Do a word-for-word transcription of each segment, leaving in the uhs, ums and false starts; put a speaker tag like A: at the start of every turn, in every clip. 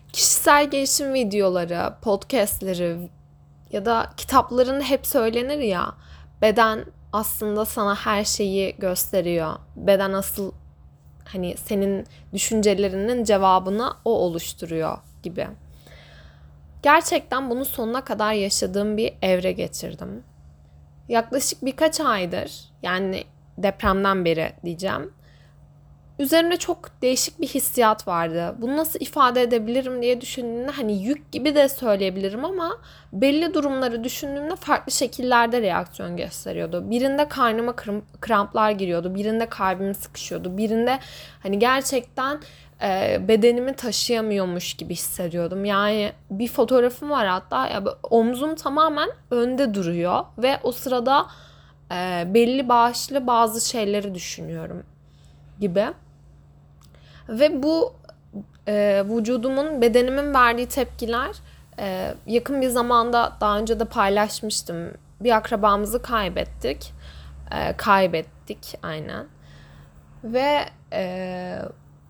A: Kişisel gelişim videoları, podcastleri ya da kitaplarında hep söylenir ya, beden aslında sana her şeyi gösteriyor. Beden asıl hani senin düşüncelerinin cevabını o oluşturuyor gibi. Gerçekten bunu sonuna kadar yaşadığım bir evre geçirdim. Yaklaşık birkaç aydır, yani depremden beri diyeceğim, üzerimde çok değişik bir hissiyat vardı. Bunu nasıl ifade edebilirim diye düşündüğümde hani yük gibi de söyleyebilirim ama belli durumları düşündüğümde farklı şekillerde reaksiyon gösteriyordu. Birinde karnıma kramplar giriyordu, birinde kalbim sıkışıyordu, birinde hani gerçekten e, bedenimi taşıyamıyormuş gibi hissediyordum. Yani bir fotoğrafım var hatta, ya omzum tamamen önde duruyor ve o sırada e, belli başlı bazı şeyleri düşünüyorum gibi. Ve bu e, vücudumun, bedenimin verdiği tepkiler e, yakın bir zamanda daha önce de paylaşmıştım. Bir akrabamızı kaybettik. E, kaybettik aynen. Ve e,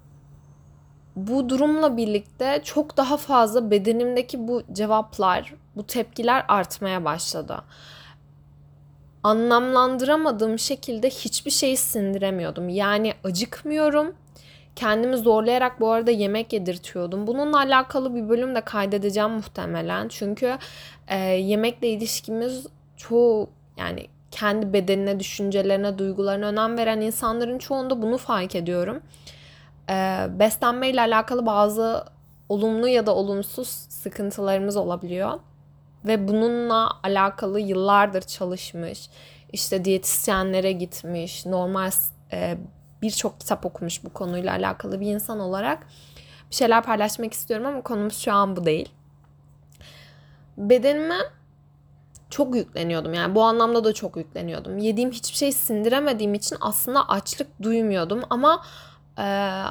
A: bu durumla birlikte çok daha fazla bedenimdeki bu cevaplar, bu tepkiler artmaya başladı. Anlamlandıramadığım şekilde hiçbir şeyi sindiremiyordum. Yani acıkmıyorum. Kendimi zorlayarak bu arada yemek yedirtiyordum. Bununla alakalı bir bölüm de kaydedeceğim muhtemelen. Çünkü e, yemekle ilişkimiz çoğu, yani kendi bedenine, düşüncelerine, duygularına önem veren insanların çoğunda bunu fark ediyorum. E, beslenmeyle alakalı bazı olumlu ya da olumsuz sıkıntılarımız olabiliyor. Ve bununla alakalı yıllardır çalışmış, işte diyetisyenlere gitmiş, normal e, birçok kitap okumuş bu konuyla alakalı bir insan olarak bir şeyler paylaşmak istiyorum ama konumuz şu an bu değil. Bedenime çok yükleniyordum, yani bu anlamda da çok yükleniyordum. Yediğim hiçbir şey sindiremediğim için aslında açlık duymuyordum ama e,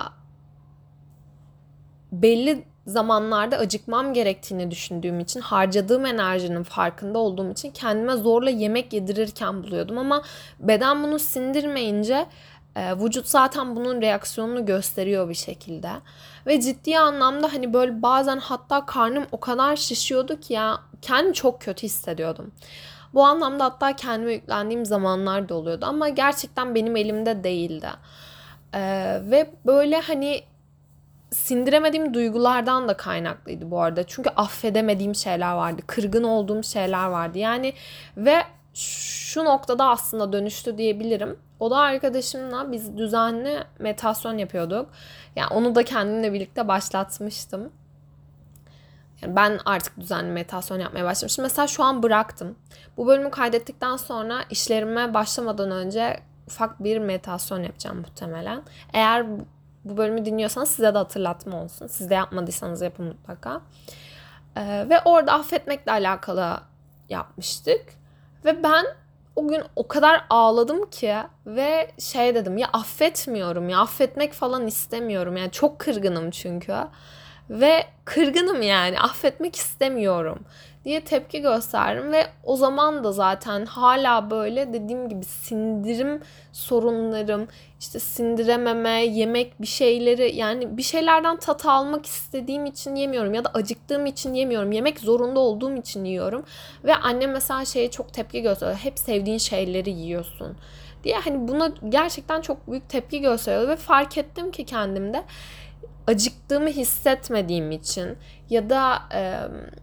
A: belli zamanlarda acıkmam gerektiğini düşündüğüm için, harcadığım enerjinin farkında olduğum için kendime zorla yemek yedirirken buluyordum. Ama beden bunu sindirmeyince e, vücut zaten bunun reaksiyonunu gösteriyor bir şekilde. Ve ciddi anlamda hani böyle bazen hatta karnım o kadar şişiyordu ki ya kendimi çok kötü hissediyordum. Bu anlamda hatta kendime yüklendiğim zamanlar da oluyordu ama gerçekten benim elimde değildi. Ee, ve böyle hani sindiremediğim duygulardan da kaynaklıydı bu arada. Çünkü affedemediğim şeyler vardı. Kırgın olduğum şeyler vardı. Yani ve şu noktada aslında dönüştü diyebilirim. O da arkadaşımla biz düzenli meditasyon yapıyorduk. Yani onu da kendimle birlikte başlatmıştım. Yani ben artık düzenli meditasyon yapmaya başlamıştım. Mesela şu an bıraktım. Bu bölümü kaydettikten sonra işlerime başlamadan önce ufak bir meditasyon yapacağım muhtemelen. Eğer bu bölümü dinliyorsanız size de hatırlatma olsun. Siz de yapmadıysanız yapın mutlaka. Ee, ve orada affetmekle alakalı yapmıştık. Ve ben o gün o kadar ağladım ki ve şey dedim, ya affetmiyorum, ya affetmek falan istemiyorum. Yani çok kırgınım çünkü. Ve kırgınım, yani affetmek istemiyorum diye tepki gösterdim ve o zaman da zaten hala böyle dediğim gibi sindirim sorunlarım, işte sindirememe, yemek bir şeyleri, yani bir şeylerden tat almak istediğim için yemiyorum ya da acıktığım için yemiyorum. Yemek zorunda olduğum için yiyorum. Ve annem mesela şeye çok tepki gösteriyor. Hep sevdiğin şeyleri yiyorsun diye, hani buna gerçekten çok büyük tepki gösteriyor ve fark ettim ki kendimde acıktığımı hissetmediğim için ya da e,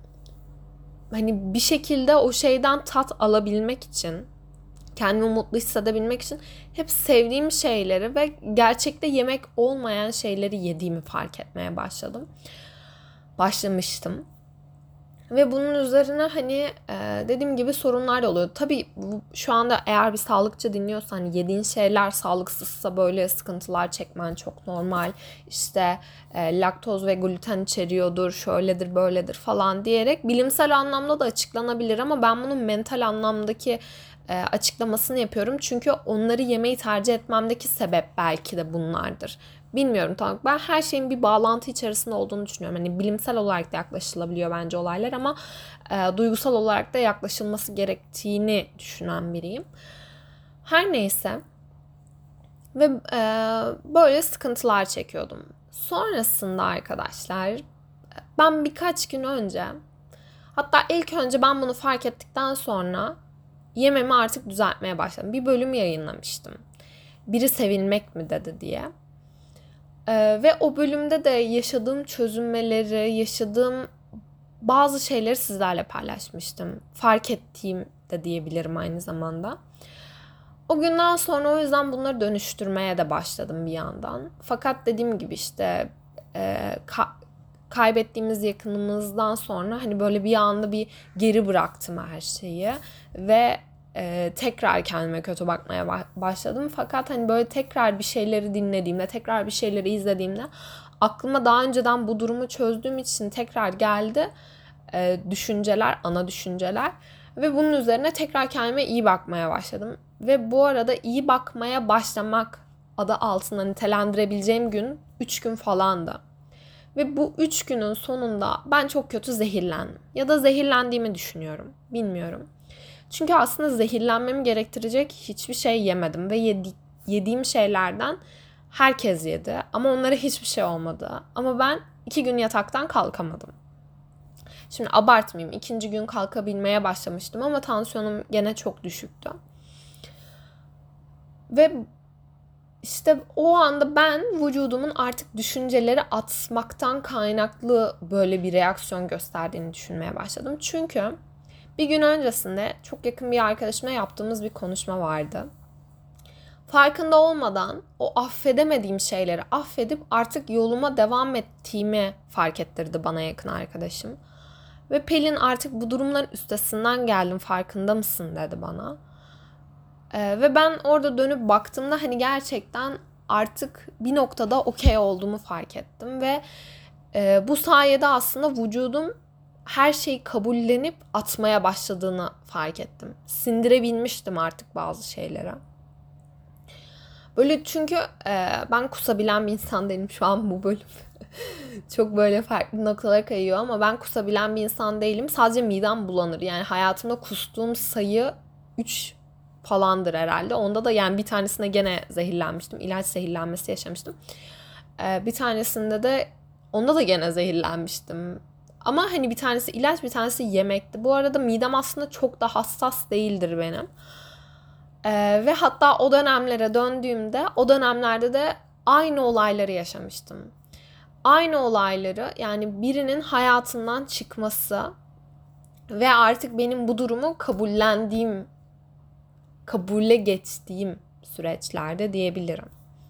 A: hani bir şekilde o şeyden tat alabilmek için, kendimi mutlu hissedebilmek için hep sevdiğim şeyleri ve gerçekte yemek olmayan şeyleri yediğimi fark etmeye başladım. Başlamıştım. Ve bunun üzerine hani e, dediğim gibi sorunlar da oluyor. Tabii bu, şu anda eğer bir sağlıkçı dinliyorsan, hani yediğin şeyler sağlıksızsa böyle sıkıntılar çekmen çok normal. İşte e, laktoz ve gluten içeriyordur, şöyledir, böyledir falan diyerek bilimsel anlamda da açıklanabilir ama ben bunun mental anlamdaki e, açıklamasını yapıyorum. Çünkü onları yemeyi tercih etmemdeki sebep belki de bunlardır. Bilmiyorum, tamam. Ben her şeyin bir bağlantı içerisinde olduğunu düşünüyorum. Hani bilimsel olarak da yaklaşılabiliyor bence olaylar ama e, duygusal olarak da yaklaşılması gerektiğini düşünen biriyim. Her neyse. Ve e, böyle sıkıntılar çekiyordum. Sonrasında arkadaşlar Ben birkaç gün önce, hatta ilk önce ben bunu fark ettikten sonra yememi artık düzeltmeye başladım. Bir bölüm yayınlamıştım. Biri sevilmek mi dedi diye. Ee, ve o bölümde de yaşadığım çözülmeleri, yaşadığım bazı şeyleri sizlerle paylaşmıştım. Fark ettiğim de diyebilirim aynı zamanda. O günden sonra o yüzden bunları dönüştürmeye de başladım bir yandan. Fakat dediğim gibi işte e, ka- kaybettiğimiz yakınımızdan sonra hani böyle bir anda bir geri bıraktım her şeyi ve e, tekrar kendime kötü bakmaya başladım. Fakat hani böyle tekrar bir şeyleri dinlediğimde, tekrar bir şeyleri izlediğimde aklıma daha önceden bu durumu çözdüğüm için tekrar geldi e, düşünceler, ana düşünceler ve bunun üzerine tekrar kendime iyi bakmaya başladım. Ve bu arada iyi bakmaya başlamak adı altında nitelendirebileceğim gün üç gün falandı. Ve bu üç günün sonunda ben çok kötü zehirlendim. Ya da zehirlendiğimi düşünüyorum. Bilmiyorum. Çünkü aslında zehirlenmemi gerektirecek hiçbir şey yemedim. Ve yedi, yediğim şeylerden herkes yedi. Ama onlara hiçbir şey olmadı. Ama ben iki gün yataktan kalkamadım. Şimdi abartmayayım. İkinci gün kalkabilmeye başlamıştım ama tansiyonum gene çok düşüktü. Ve İşte o anda ben vücudumun artık düşünceleri atmaktan kaynaklı böyle bir reaksiyon gösterdiğini düşünmeye başladım. Çünkü bir gün öncesinde çok yakın bir arkadaşımla yaptığımız bir konuşma vardı. Farkında olmadan o affedemediğim şeyleri affedip artık yoluma devam ettiğimi fark ettirdi bana yakın arkadaşım. Ve Pelin artık bu durumların üstesinden geldim, farkında mısın dedi bana. Ee, ve ben orada dönüp baktığımda hani gerçekten artık bir noktada okey olduğumu fark ettim. Ve e, bu sayede aslında vücudum her şeyi kabullenip atmaya başladığını fark ettim. Sindirebilmiştim artık bazı şeylere. Böyle çünkü e, ben kusabilen bir insan değilim şu an bu bölüm. Çok böyle farklı noktalara kayıyor ama ben kusabilen bir insan değilim. Sadece midem bulanır. Yani hayatımda kustuğum sayı üç falandır herhalde. Onda da yani bir tanesinde gene zehirlenmiştim. İlaç zehirlenmesi yaşamıştım. Ee, bir tanesinde de onda da gene zehirlenmiştim. Ama hani bir tanesi ilaç, bir tanesi yemekti. Bu arada midem aslında çok da hassas değildir benim. Ee, ve hatta o dönemlere döndüğümde o dönemlerde de aynı olayları yaşamıştım. Aynı olayları, yani birinin hayatından çıkması ve artık benim bu durumu kabullendiğim, kabule geçtiğim süreçlerde diyebilirim.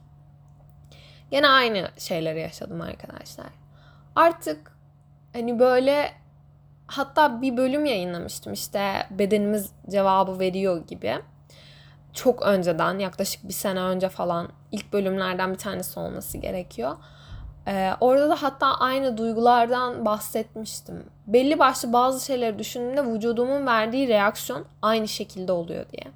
A: Gene aynı şeyleri yaşadım arkadaşlar. Artık hani böyle, hatta bir bölüm yayınlamıştım işte bedenimiz cevabı veriyor gibi. Çok önceden, yaklaşık bir sene önce falan, ilk bölümlerden bir tanesi olması gerekiyor. Ee, orada da hatta aynı duygulardan bahsetmiştim. Belli başlı bazı şeyleri düşündüğümde vücudumun verdiği reaksiyon aynı şekilde oluyor diye.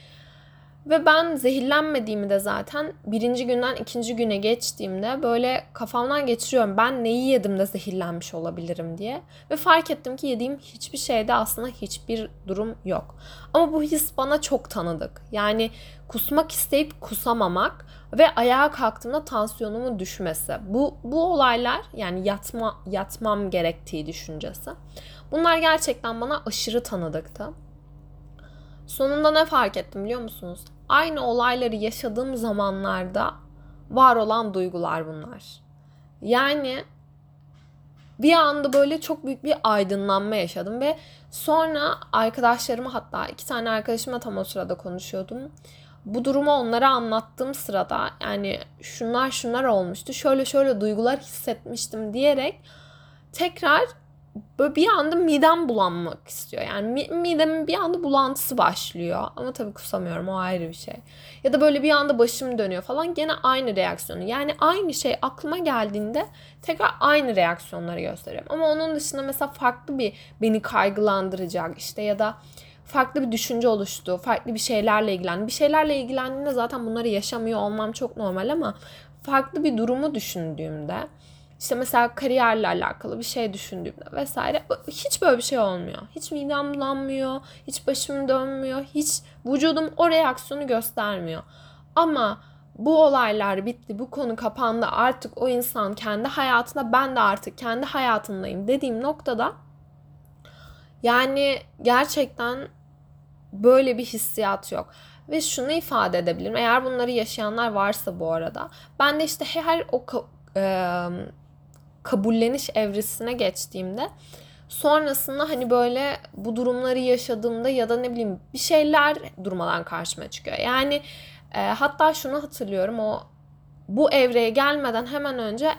A: Ve ben zehirlenmediğimi de zaten birinci günden ikinci güne geçtiğimde böyle kafamdan geçiriyorum. Ben neyi yedim de zehirlenmiş olabilirim diye. Ve fark ettim ki yediğim hiçbir şeyde aslında hiçbir durum yok. Ama bu his bana çok tanıdık. Yani kusmak isteyip kusamamak ve ayağa kalktığımda tansiyonumun düşmesi. Bu, bu olaylar, yani yatma, yatmam gerektiği düşüncesi. Bunlar gerçekten bana aşırı tanıdıktı. Sonunda ne fark ettim biliyor musunuz? Aynı olayları yaşadığım zamanlarda var olan duygular bunlar. Yani bir anda böyle çok büyük bir aydınlanma yaşadım ve sonra arkadaşlarıma, hatta iki tane arkadaşıma tam o sırada konuşuyordum. Bu durumu onlara anlattığım sırada yani şunlar şunlar olmuştu, şöyle şöyle duygular hissetmiştim diyerek tekrar böyle bir anda midem bulanmak istiyor. Yani midemin bir anda bulantısı başlıyor. Ama tabii kusamıyorum, o ayrı bir şey. Ya da böyle bir anda başım dönüyor falan, gene aynı reaksiyonu. Yani aynı şey aklıma geldiğinde tekrar aynı reaksiyonları gösteriyorum. Ama onun dışında mesela farklı bir beni kaygılandıracak işte ya da farklı bir düşünce oluştu, farklı bir şeylerle ilgilendim. Bir şeylerle ilgilendiğimde zaten bunları yaşamıyor olmam çok normal ama farklı bir durumu düşündüğümde, İşte mesela kariyerle alakalı bir şey düşündüğümde vesaire, hiç böyle bir şey olmuyor. Hiç midem bulanmıyor, hiç başım dönmüyor, hiç vücudum o reaksiyonu göstermiyor. Ama bu olaylar bitti, bu konu kapandı, artık o insan kendi hayatında, ben de artık kendi hayatındayım dediğim noktada yani gerçekten böyle bir hissiyat yok. Ve şunu ifade edebilirim. Eğer bunları yaşayanlar varsa bu arada. Ben de işte her o ka- e, kabulleniş evresine geçtiğimde sonrasında hani böyle bu durumları yaşadığımda ya da ne bileyim bir şeyler durmadan karşıma çıkıyor. Yani e, hatta şunu hatırlıyorum, o bu evreye gelmeden hemen önce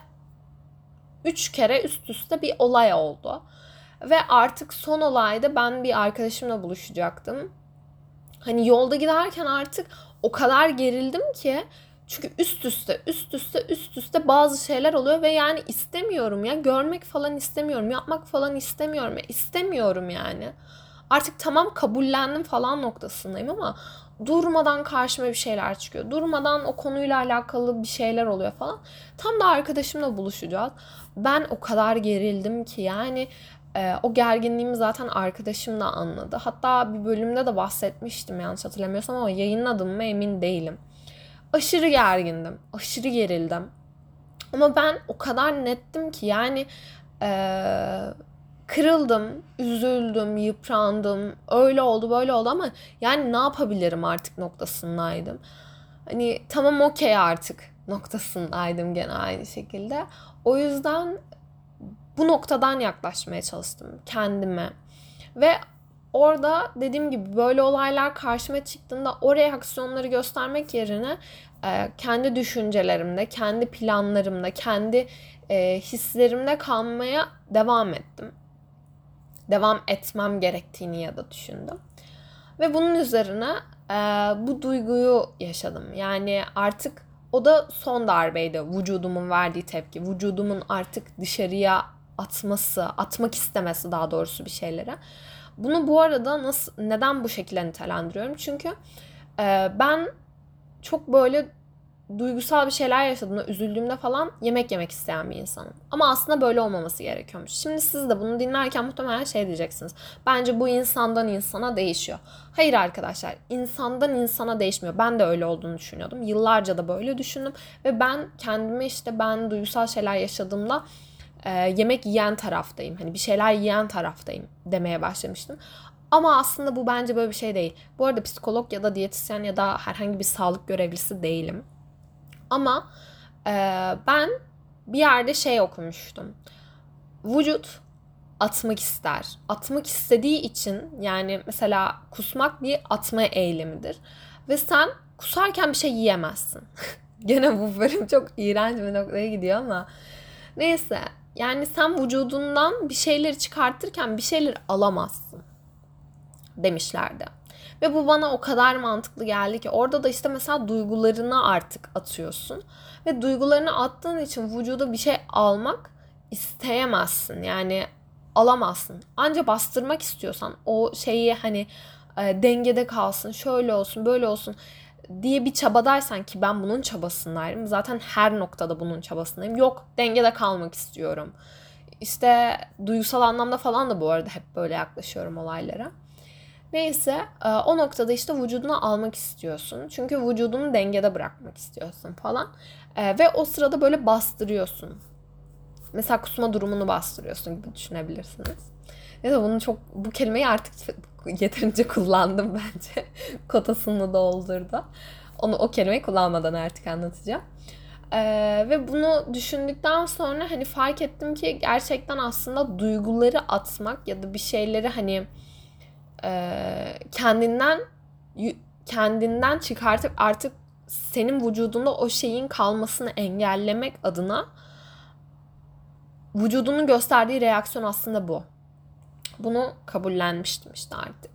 A: üç kere üst üste bir olay oldu. Ve artık son olayda ben bir arkadaşımla buluşacaktım. Hani yolda giderken artık o kadar gerildim ki, çünkü üst üste üst üste üst üste bazı şeyler oluyor ve yani istemiyorum ya, görmek falan istemiyorum, yapmak falan istemiyorum ya, istemiyorum yani. Artık tamam kabullendim falan noktasındayım ama durmadan karşıma bir şeyler çıkıyor. Durmadan o konuyla alakalı bir şeyler oluyor falan. Tam da arkadaşımla buluşacağız. Ben o kadar gerildim ki yani e, o gerginliğimi zaten arkadaşım da anladı. Hatta bir bölümde de bahsetmiştim yanlış hatırlamıyorsam ama yayınladım mı emin değilim. Aşırı gergindim. Aşırı gerildim. Ama ben o kadar nettim ki yani ee, kırıldım, üzüldüm, yıprandım. Öyle oldu, böyle oldu ama yani ne yapabilirim artık noktasındaydım. Hani tamam okey artık noktasındaydım gene aynı şekilde. O yüzden bu noktadan yaklaşmaya çalıştım kendime. Ve orada dediğim gibi böyle olaylar karşıma çıktığında o reaksiyonları göstermek yerine e, kendi düşüncelerimde, kendi planlarımda, kendi e, hislerimde kalmaya devam ettim. Devam etmem gerektiğini ya da düşündüm. Ve bunun üzerine e, bu duyguyu yaşadım. Yani artık o da son darbeydi. Vücudumun verdiği tepki. Vücudumun artık dışarıya atması, atmak istemesi daha doğrusu bir şeylere. Bunu bu arada nasıl, neden bu şekilde nitelendiriyorum? Çünkü e, ben çok böyle duygusal bir şeyler yaşadığımda, üzüldüğümde falan yemek yemek isteyen bir insanım. Ama aslında böyle olmaması gerekiyormuş. Şimdi siz de bunu dinlerken muhtemelen şey diyeceksiniz. Bence bu insandan insana değişiyor. Hayır arkadaşlar, insandan insana değişmiyor. Ben de öyle olduğunu düşünüyordum. Yıllarca da böyle düşündüm. Ve ben kendimi işte ben duygusal şeyler yaşadığımda e, yemek yiyen taraftayım. Hani bir şeyler yiyen taraftayım demeye başlamıştım. Ama aslında bu bence böyle bir şey değil. Bu arada psikolog ya da diyetisyen ya da herhangi bir sağlık görevlisi değilim. Ama e, ben bir yerde şey okumuştum. Vücut atmak ister. Atmak istediği için yani mesela kusmak bir atma eylemidir. Ve sen kusarken bir şey yiyemezsin. Gene bu bölüm çok iğrenç bir noktaya gidiyor ama neyse. Yani sen vücudundan bir şeyleri çıkartırken bir şeyleri alamazsın demişlerdi. Ve bu bana o kadar mantıklı geldi ki orada da işte mesela duygularını artık atıyorsun. Ve duygularını attığın için vücuda bir şey almak isteyemezsin. Yani alamazsın. Anca bastırmak istiyorsan o şeyi hani e, dengede kalsın, şöyle olsun, böyle olsun diye bir çabadaysan ki ben bunun çabasındayım. Zaten her noktada bunun çabasındayım. Yok, dengede kalmak istiyorum. İşte duygusal anlamda falan da bu arada hep böyle yaklaşıyorum olaylara. Neyse o noktada işte vücuduna almak istiyorsun. Çünkü vücudunu dengede bırakmak istiyorsun falan. Ve o sırada böyle bastırıyorsun. Mesela kusma durumunu bastırıyorsun gibi düşünebilirsiniz. Neyse bunu çok, bu kelimeyi artık yeterince kullandım bence. Kotasını doldurdu. Onu o kelimeyi kullanmadan artık anlatacağım. Ee, ve bunu düşündükten sonra hani fark ettim ki gerçekten aslında duyguları atmak ya da bir şeyleri hani e, kendinden kendinden çıkartıp artık senin vücudunda o şeyin kalmasını engellemek adına vücudunun gösterdiği reaksiyon aslında bu. Bunu kabullenmiştim işte artık.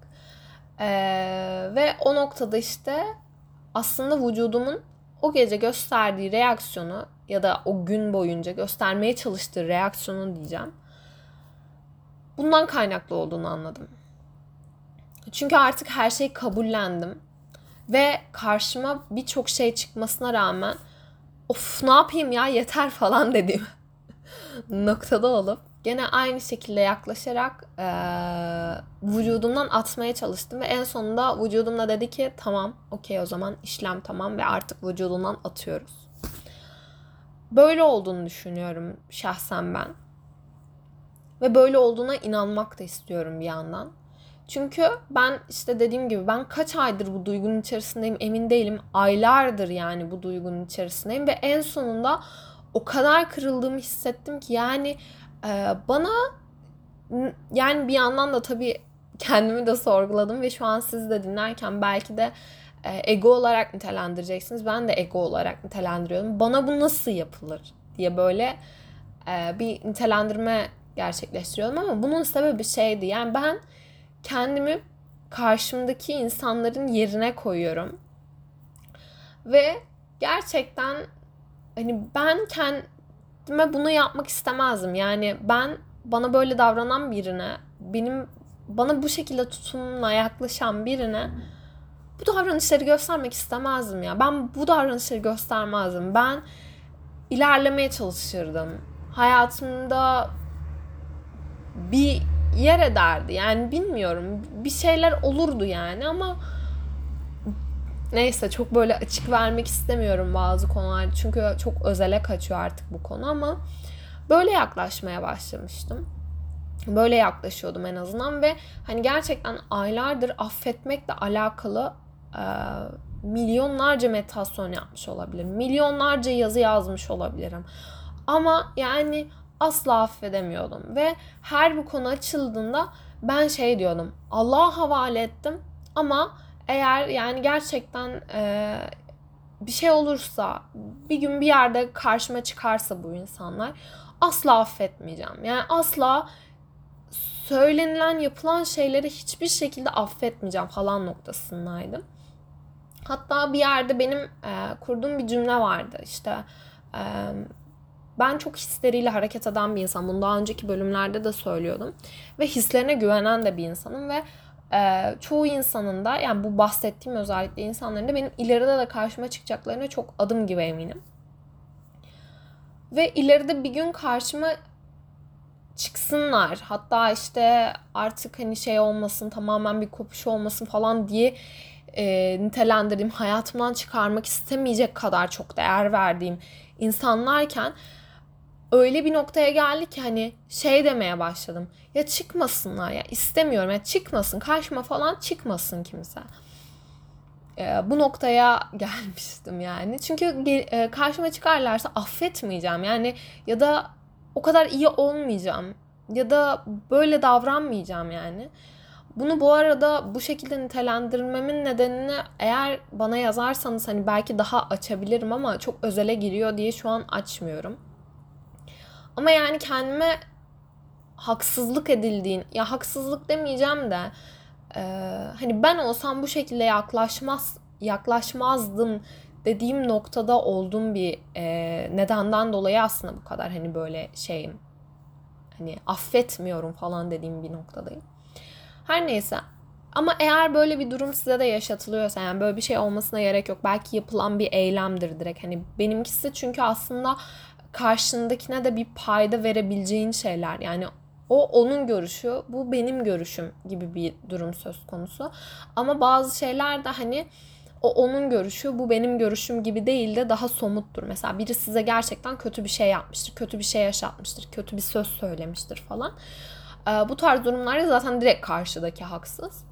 A: Ee, ve o noktada işte aslında vücudumun o gece gösterdiği reaksiyonu ya da o gün boyunca göstermeye çalıştığı reaksiyonu diyeceğim. Bundan kaynaklı olduğunu anladım. Çünkü artık her şeyi kabullendim. Ve karşıma birçok şey çıkmasına rağmen of ne yapayım ya yeter falan dediğim noktada olup gene aynı şekilde yaklaşarak e, vücudumdan atmaya çalıştım. Ve en sonunda vücudum da dedi ki tamam, okey, o zaman işlem tamam ve artık vücudundan atıyoruz. Böyle olduğunu düşünüyorum şahsen ben. Ve böyle olduğuna inanmak da istiyorum bir yandan. Çünkü ben işte dediğim gibi ben kaç aydır bu duygunun içerisindeyim emin değilim. Aylardır yani bu duygunun içerisindeyim ve en sonunda o kadar kırıldığımı hissettim ki yani e, bana yani bir yandan da tabii kendimi de sorguladım ve şu an siz de dinlerken belki de e, ego olarak nitelendireceksiniz. Ben de ego olarak nitelendiriyorum. Bana bu nasıl yapılır diye böyle e, bir nitelendirme gerçekleştiriyorum ama bunun sebebi şeydi. Yani ben kendimi karşımdaki insanların yerine koyuyorum. Ve gerçekten hani ben kendime bunu yapmak istemezdim. Yani ben bana böyle davranan birine, benim bana bu şekilde tutumla yaklaşan birine bu davranışları göstermek istemezdim ya. Ben bu davranışları göstermezdim. Ben ilerlemeye çalışırdım. Hayatımda bir yer ederdi. Yani bilmiyorum. Bir şeyler olurdu yani ama neyse çok böyle açık vermek istemiyorum bazı konular. Çünkü çok özele kaçıyor artık bu konu ama böyle yaklaşmaya başlamıştım. Böyle yaklaşıyordum en azından ve hani gerçekten aylardır affetmekle alakalı e, milyonlarca meditasyon yapmış olabilirim. Milyonlarca yazı yazmış olabilirim. Ama yani asla affedemiyordum ve her bir konu açıldığında ben şey diyordum. Allah'a havale ettim ama eğer yani gerçekten e, bir şey olursa, bir gün bir yerde karşıma çıkarsa bu insanlar asla affetmeyeceğim. Yani asla söylenilen, yapılan şeyleri hiçbir şekilde affetmeyeceğim falan noktasındaydım. Hatta bir yerde benim e, kurduğum bir cümle vardı. İşte e, ben çok hisleriyle hareket eden bir insanım. Bunu daha önceki bölümlerde de söylüyordum. Ve hislerine güvenen de bir insanım ve e, çoğu insanın da yani bu bahsettiğim özellikle insanların da benim ileride de karşıma çıkacaklarına çok adım gibi eminim. Ve ileride bir gün karşıma çıksınlar. Hatta işte artık hani şey olmasın, tamamen bir kopuş olmasın falan diye e, nitelendirdiğim, hayatımdan çıkarmak istemeyecek kadar çok değer verdiğim insanlarken öyle bir noktaya geldi ki hani şey demeye başladım. Ya çıkmasınlar ya, istemiyorum ya, çıkmasın karşıma falan, çıkmasın kimse. E, bu noktaya gelmiştim yani. Çünkü e, karşıma çıkarlarsa affetmeyeceğim yani, ya da o kadar iyi olmayacağım ya da böyle davranmayacağım yani. Bunu bu arada bu şekilde nitelendirmemin nedenini eğer bana yazarsanız hani belki daha açabilirim ama çok özele giriyor diye şu an açmıyorum. Ama yani kendime haksızlık edildiğin, ya haksızlık demeyeceğim de e, hani ben olsam bu şekilde yaklaşmaz yaklaşmazdım dediğim noktada olduğum bir e, nedenden dolayı aslında bu kadar hani böyle şeyim, hani affetmiyorum falan dediğim bir noktadayım. Her neyse. Ama eğer böyle bir durum size de yaşatılıyorsa, yani böyle bir şey olmasına gerek yok. Belki yapılan bir eylemdir direkt. Hani benimkisi çünkü aslında karşındakine de bir payda verebileceğin şeyler. Yani o onun görüşü, bu benim görüşüm gibi bir durum söz konusu. Ama bazı şeyler de hani o onun görüşü, bu benim görüşüm gibi değil de daha somuttur. Mesela biri size gerçekten kötü bir şey yapmıştır, kötü bir şey yaşatmıştır, kötü bir söz söylemiştir falan. Bu tarz durumlarda zaten direkt karşıdaki haksız.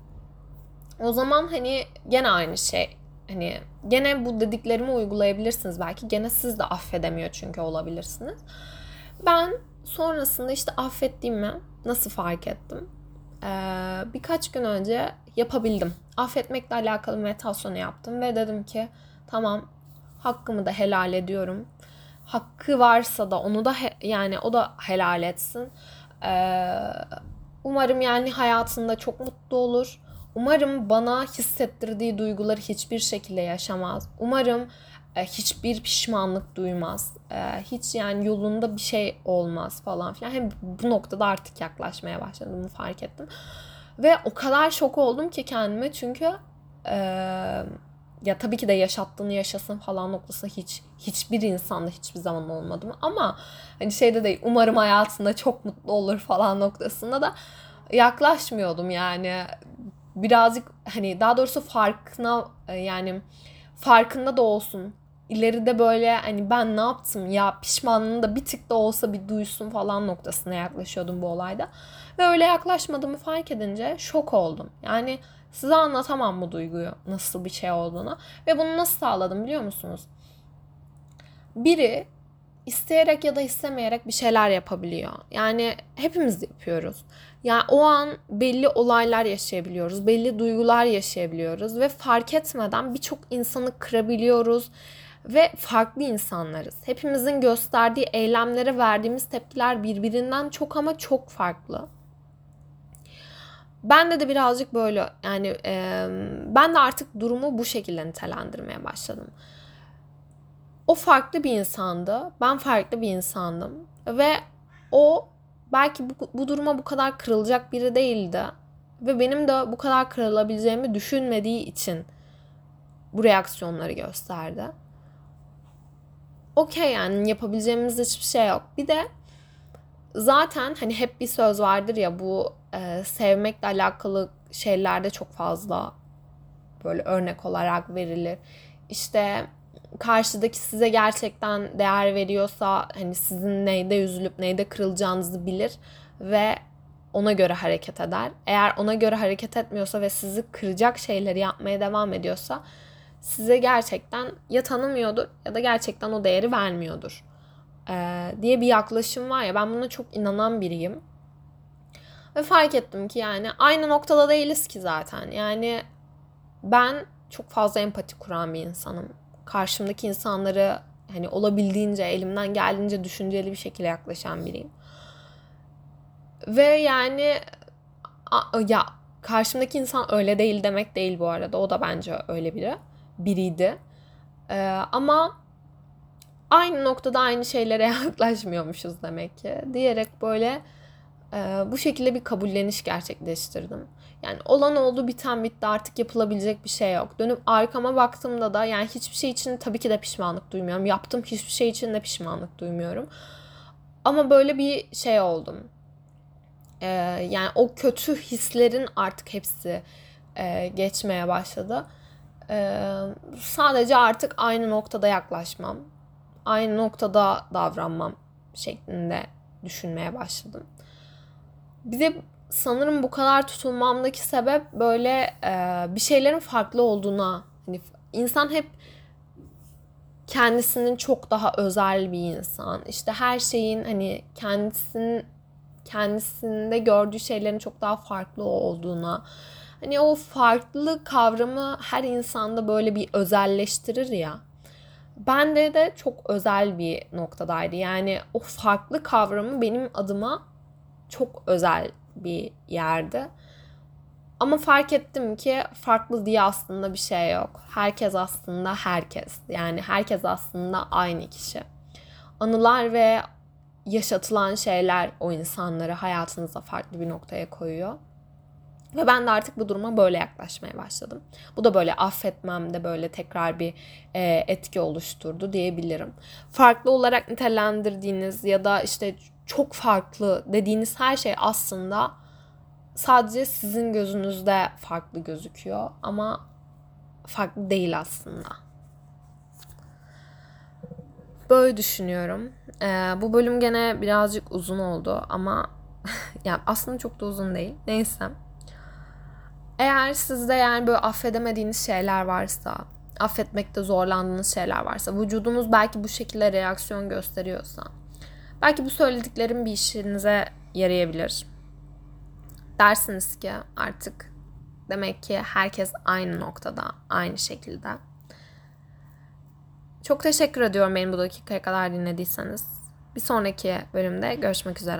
A: O zaman hani gene aynı şey. Hani gene bu dediklerimi uygulayabilirsiniz belki. Gene siz de affedemiyor çünkü olabilirsiniz. Ben sonrasında işte affettiğimi nasıl fark ettim? Ee, birkaç gün önce yapabildim. Affetmekle alakalı meditasyonu yaptım ve dedim ki tamam, hakkımı da helal ediyorum. Hakkı varsa da onu da he- yani o da helal etsin. Ee, umarım yani hayatında çok mutlu olur. Umarım bana hissettirdiği duyguları hiçbir şekilde yaşamaz. Umarım e, hiçbir pişmanlık duymaz. E, hiç yani yolunda bir şey olmaz falan filan. Hem bu noktada artık yaklaşmaya başladım, bunu fark ettim. Ve o kadar şok oldum ki kendime, çünkü e, ya tabii ki de yaşattığını yaşasın falan noktasında hiç hiçbir insanda hiçbir zaman olmadım. Ama hani şeyde de umarım hayatında çok mutlu olur falan noktasında da yaklaşmıyordum yani. Birazcık hani daha doğrusu farkına yani farkında da olsun. İleride böyle hani ben ne yaptım ya pişmanlığını da bir tık da olsa bir duysun falan noktasına yaklaşıyordum bu olayda. Ve öyle yaklaşmadığımı fark edince şok oldum. Yani size anlatamam bu duyguyu nasıl bir şey olduğunu. Ve bunu nasıl sağladım biliyor musunuz? Biri isteyerek ya da istemeyerek bir şeyler yapabiliyor. Yani hepimiz yapıyoruz. Yani o an belli olaylar yaşayabiliyoruz, belli duygular yaşayabiliyoruz ve fark etmeden birçok insanı kırabiliyoruz ve farklı insanlarız. Hepimizin gösterdiği eylemlere verdiğimiz tepkiler birbirinden çok ama çok farklı. Ben de de birazcık böyle yani e, ben de artık durumu bu şekilde nitelendirmeye başladım. O farklı bir insandı. Ben farklı bir insandım. Ve o belki bu, bu duruma bu kadar kırılacak biri değildi. Ve benim de bu kadar kırılabileceğimi düşünmediği için bu reaksiyonları gösterdi. Okey yani yapabileceğimiz hiçbir şey yok. Bir de zaten hani hep bir söz vardır ya bu e, sevmekle alakalı şeylerde çok fazla böyle örnek olarak verilir. İşte karşıdaki size gerçekten değer veriyorsa hani sizin neyde üzülüp neyde kırılacağınızı bilir ve ona göre hareket eder. Eğer ona göre hareket etmiyorsa ve sizi kıracak şeyleri yapmaya devam ediyorsa size gerçekten ya tanımıyordur ya da gerçekten o değeri vermiyordur ee, diye bir yaklaşım var ya, ben buna çok inanan biriyim. Ve fark ettim ki yani aynı noktada değiliz ki zaten. Yani ben çok fazla empati kuran bir insanım. Karşımdaki insanları hani olabildiğince, elimden geldiğince düşünceli bir şekilde yaklaşan biriyim. Ve yani ya karşımdaki insan öyle değil demek değil bu arada. O da bence öyle biri. Biriydi. Ee, ama aynı noktada aynı şeylere yaklaşmıyormuşuz demek ki. Diyerek böyle e, bu şekilde bir kabulleniş gerçekleştirdim. Yani olan oldu, biten bitti, artık yapılabilecek bir şey yok. Dönüp arkama baktığımda da yani hiçbir şey için tabii ki de pişmanlık duymuyorum. Yaptığım hiçbir şey için de pişmanlık duymuyorum. Ama böyle bir şey oldum. Ee, yani o kötü hislerin artık hepsi e, geçmeye başladı. Ee, sadece artık aynı noktada yaklaşmam, aynı noktada davranmam şeklinde düşünmeye başladım. Bir de sanırım bu kadar tutulmamdaki sebep böyle e, bir şeylerin farklı olduğuna. Hani insan hep kendisinin çok daha özel bir insan. İşte her şeyin hani kendisinin kendisinde gördüğü şeylerin çok daha farklı olduğuna. Hani o farklı kavramı her insanda böyle bir özelleştirir ya. Bende de çok özel bir noktadaydı. Yani o farklı kavramı benim adıma çok özel bir yerde. Ama fark ettim ki farklı diye aslında bir şey yok. Herkes aslında herkes. Yani herkes aslında aynı kişi. Anılar ve yaşatılan şeyler o insanları hayatınızda farklı bir noktaya koyuyor. Ve ben de artık bu duruma böyle yaklaşmaya başladım. Bu da böyle affetmemde böyle tekrar bir e, etki oluşturdu diyebilirim. Farklı olarak nitelendirdiğiniz ya da işte çok farklı dediğiniz her şey aslında sadece sizin gözünüzde farklı gözüküyor ama farklı değil aslında. Böyle düşünüyorum. Ee, bu bölüm gene birazcık uzun oldu ama yani aslında çok da uzun değil. Neyse. Eğer sizde yani böyle affedemediğiniz şeyler varsa, affetmekte zorlandığınız şeyler varsa, vücudunuz belki bu şekilde reaksiyon gösteriyorsa, belki bu söylediklerim bir işinize yarayabilir. Dersiniz ki artık demek ki herkes aynı noktada, aynı şekilde. Çok teşekkür ediyorum beni bu dakikaya kadar dinlediyseniz. Bir sonraki bölümde görüşmek üzere.